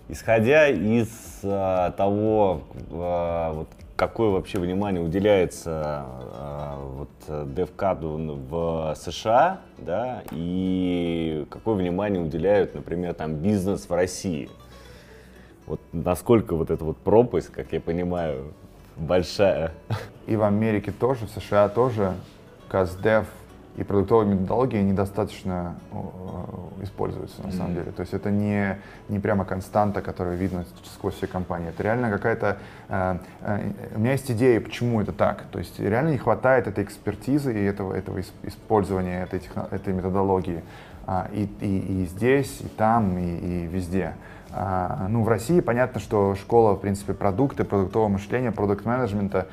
Исходя из того, вот, какое вообще внимание уделяется вот, DevCAD в США, да, и какое внимание уделяют, например, там, бизнес в России. Вот насколько вот эта вот пропасть, как я понимаю, большая. И в Америке тоже, в США тоже CastDev и продуктовые методологии недостаточно используются на самом деле. То есть это не прямо константа, которая видна сквозь все компании. Это реально какая-то... У меня есть идея, почему это так. То есть реально не хватает этой экспертизы и этого использования этой методологии. И здесь, и там, и везде. Ну, в России понятно, что школа, в принципе, продуктового мышления, продукт-менеджмента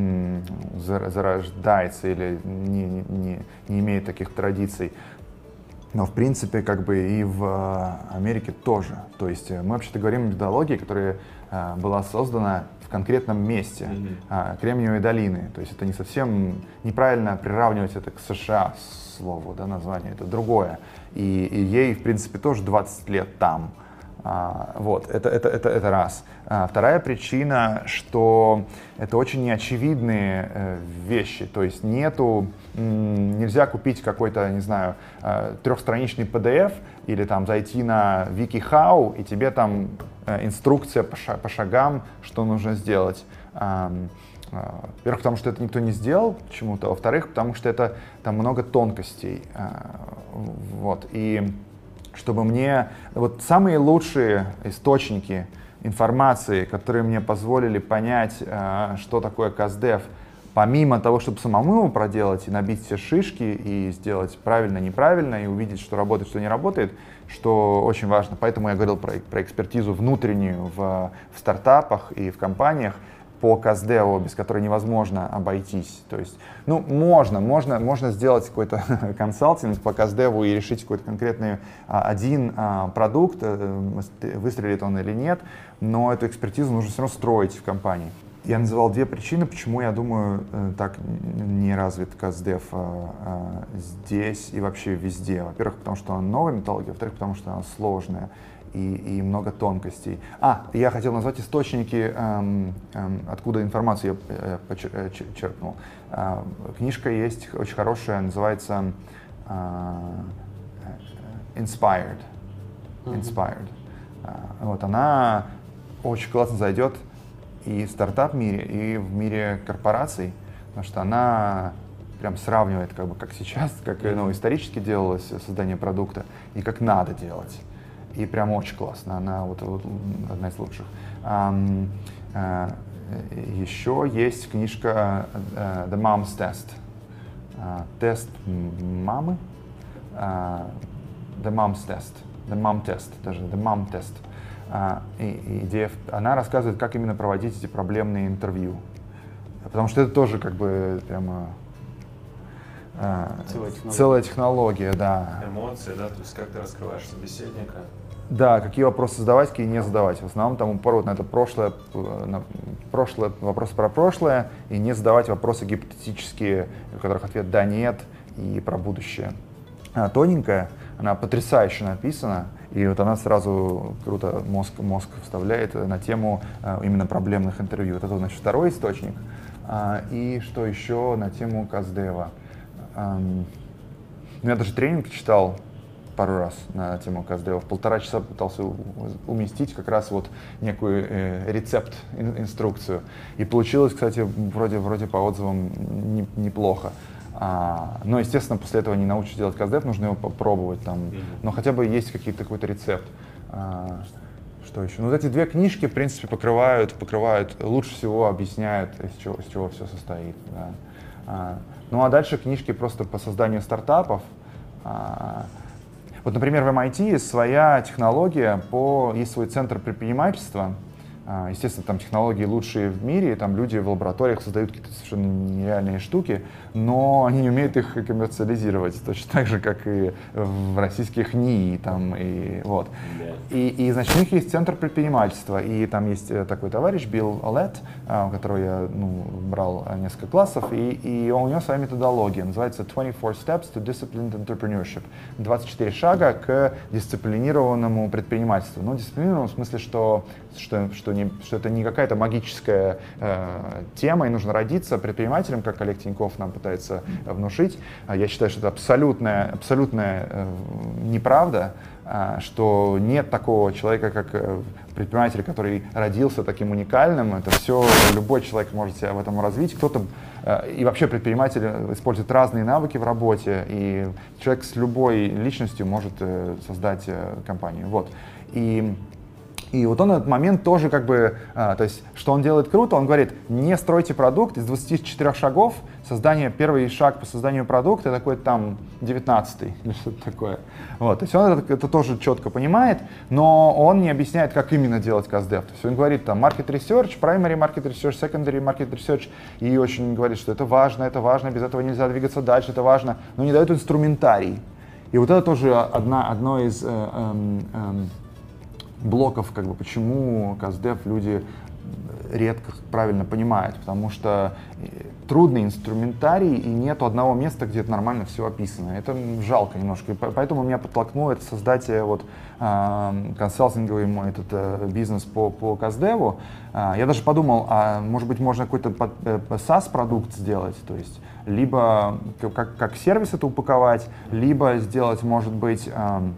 зарождается или не имеет таких традиций. Но, в принципе, как бы и в Америке тоже. То есть мы вообще-то говорим о методологии, которая была создана в конкретном месте, Кремниевой долины. То есть это не совсем неправильно приравнивать это к США, слову, да, название, это другое. И ей, в принципе, тоже 20 лет там. Вот, это раз. Вторая причина, что это очень неочевидные вещи, то есть нельзя купить какой-то, не знаю, трехстраничный PDF или там зайти на WikiHow, и тебе там инструкция по шагам, что нужно сделать. Во-первых, потому что это никто не сделал почему-то, во-вторых, потому что это там много тонкостей. Вот, и чтобы мне... Вот самые лучшие источники информации, которые мне позволили понять, что такое CastDev, помимо того, чтобы самому его проделать и набить все шишки и сделать правильно, неправильно, и увидеть, что работает, что не работает, что очень важно. Поэтому я говорил про экспертизу внутреннюю в стартапах и в компаниях, по CastDev, без которой невозможно обойтись. То есть, ну, можно сделать какой-то консалтинг по CastDev и решить какой-то конкретный один продукт, выстрелит он или нет, но эту экспертизу нужно все равно строить в компании. Я называл две причины, почему, я думаю, так не развит CastDev здесь и вообще везде. Во-первых, потому что она новая методология, во-вторых, потому что она сложная. И много тонкостей. Я хотел назвать источники, откуда информацию я черпнул. Книжка есть очень хорошая, называется Inspired. Вот, она очень классно зайдет и в стартап-мире, и в мире корпораций, потому что она прям сравнивает, как сейчас, как исторически делалось создание продукта, и как надо делать. И прям очень классно, она вот одна из лучших. Еще есть книжка The Mom's Test. Тест мамы. The Mom's Test. The Mom Test, даже The Mom Test. Идея, она рассказывает, как именно проводить эти проблемные интервью. Потому что это тоже как бы прямо целая технология, да. Эмоции, да, то есть как ты раскрываешь собеседника. Да, какие вопросы задавать, какие не задавать. В основном там упор на это прошлое, вопросы про прошлое, и не задавать вопросы гипотетические, у которых ответ да, нет, и про будущее. Она тоненькая, она потрясающе написана, и вот она сразу круто мозг вставляет на тему именно проблемных интервью. Вот это, значит, второй источник. И что еще на тему CastDev? Я даже тренинг читал пару раз на тему CastDev. 1,5 часа пытался уместить как раз вот некую рецепт, инструкцию. И получилось, кстати, вроде по отзывам неплохо. Но, естественно, после этого не научишься делать CastDev, нужно его попробовать там. Но хотя бы есть какой-то рецепт. Что еще? Ну, вот эти две книжки, в принципе, покрывают, лучше всего объясняют, из чего все состоит. Да. Ну, а дальше книжки просто по созданию стартапов. Вот, например, в MIT есть своя технология, есть свой центр предпринимательства, естественно, там технологии лучшие в мире, и там люди в лабораториях создают какие-то совершенно нереальные штуки, но они не умеют их коммерциализировать, точно так же, как и в российских НИИ. Там, и, вот. И, значит, у них есть центр предпринимательства, и там есть такой товарищ Билл Олет, у которого я брал несколько классов, и у него своя методология, называется 24 Steps to Disciplined Entrepreneurship. 24 шага к дисциплинированному предпринимательству. Ну, дисциплинированному в смысле, что это не какая-то магическая тема, и нужно родиться предпринимателем, как Олег Тиньков нам пытается внушить. Я считаю, что это абсолютная неправда, что нет такого человека, как предприниматель, который родился таким уникальным. Это все, любой человек может себя в этом развить. Кто-то и вообще предприниматель использует разные навыки в работе, и человек с любой личностью может создать компанию. Вот. И вот он на этот момент тоже как бы, то есть, что он делает круто, он говорит, не стройте продукт из 24 шагов, первый шаг по созданию продукта, такой там 19-й или что-то такое. Вот, то есть он это тоже четко понимает, но он не объясняет, как именно делать CastDev. То есть он говорит там market research, primary market research, secondary market research, и очень говорит, что это важно, без этого нельзя двигаться дальше, это важно, но не дает инструментарий. И вот это тоже одно из блоков, как бы, почему CastDev люди редко правильно понимают, потому что трудный инструментарий, и нету одного места, где это нормально все описано. Это жалко немножко, и поэтому меня подтолкнуло это создать вот консалтинговый мой этот бизнес по CastDev. Я даже подумал, может быть, можно какой-то SaaS-продукт сделать, то есть либо как сервис это упаковать, либо сделать, может быть,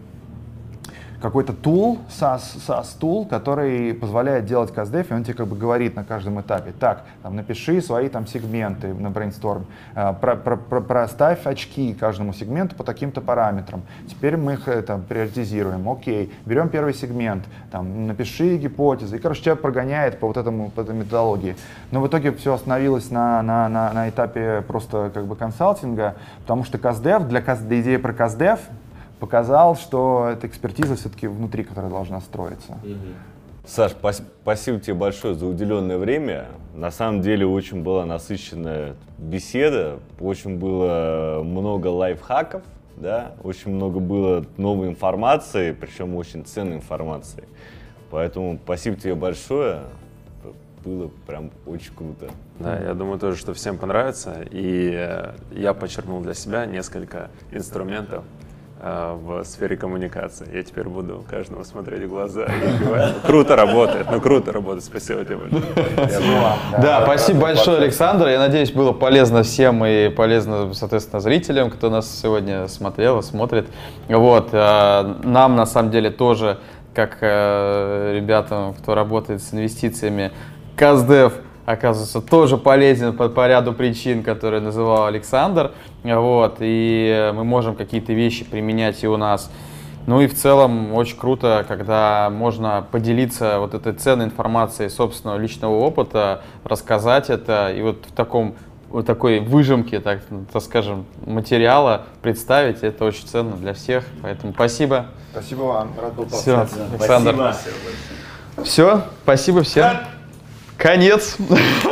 какой-то tool, SaaS-tool, который позволяет делать CastDev, и он тебе как бы говорит на каждом этапе, так, там, напиши свои там сегменты на brainstorm, проставь очки каждому сегменту по таким-то параметрам, теперь мы их там приоритизируем, окей, берем первый сегмент, там, напиши гипотезы, и, короче, тебя прогоняет по этой методологии. Но в итоге все остановилось на этапе просто как бы консалтинга, потому что CastDev, для идеи про CastDev показал, что это экспертиза все-таки внутри, которая должна строиться. Саш, спасибо тебе большое за уделенное время. На самом деле очень была насыщенная беседа, очень было много лайфхаков, да? Очень много было новой информации, причем очень ценной информации. Поэтому спасибо тебе большое. Было прям очень круто. Да, я думаю тоже, что всем понравится. И я подчеркнул для себя несколько инструментов в сфере коммуникации. Я теперь буду каждому смотреть в глаза и говорить, круто работает, спасибо тебе большое. Да, спасибо большое, Александр. Я надеюсь, было полезно всем и полезно, соответственно, зрителям, кто нас сегодня смотрел и смотрит. Вот, нам на самом деле тоже, как ребятам, кто работает с инвестициями, CastDev оказывается тоже полезен по ряду причин, которые называл Александр. Вот, и мы можем какие-то вещи применять и у нас. Ну и в целом очень круто, когда можно поделиться вот этой ценной информацией собственного личного опыта, рассказать это и вот в такой выжимке, так скажем, материала представить. Это очень ценно для всех. Поэтому спасибо. Спасибо вам. Рад был Все, Александр. Спасибо. Все, спасибо всем. Конец.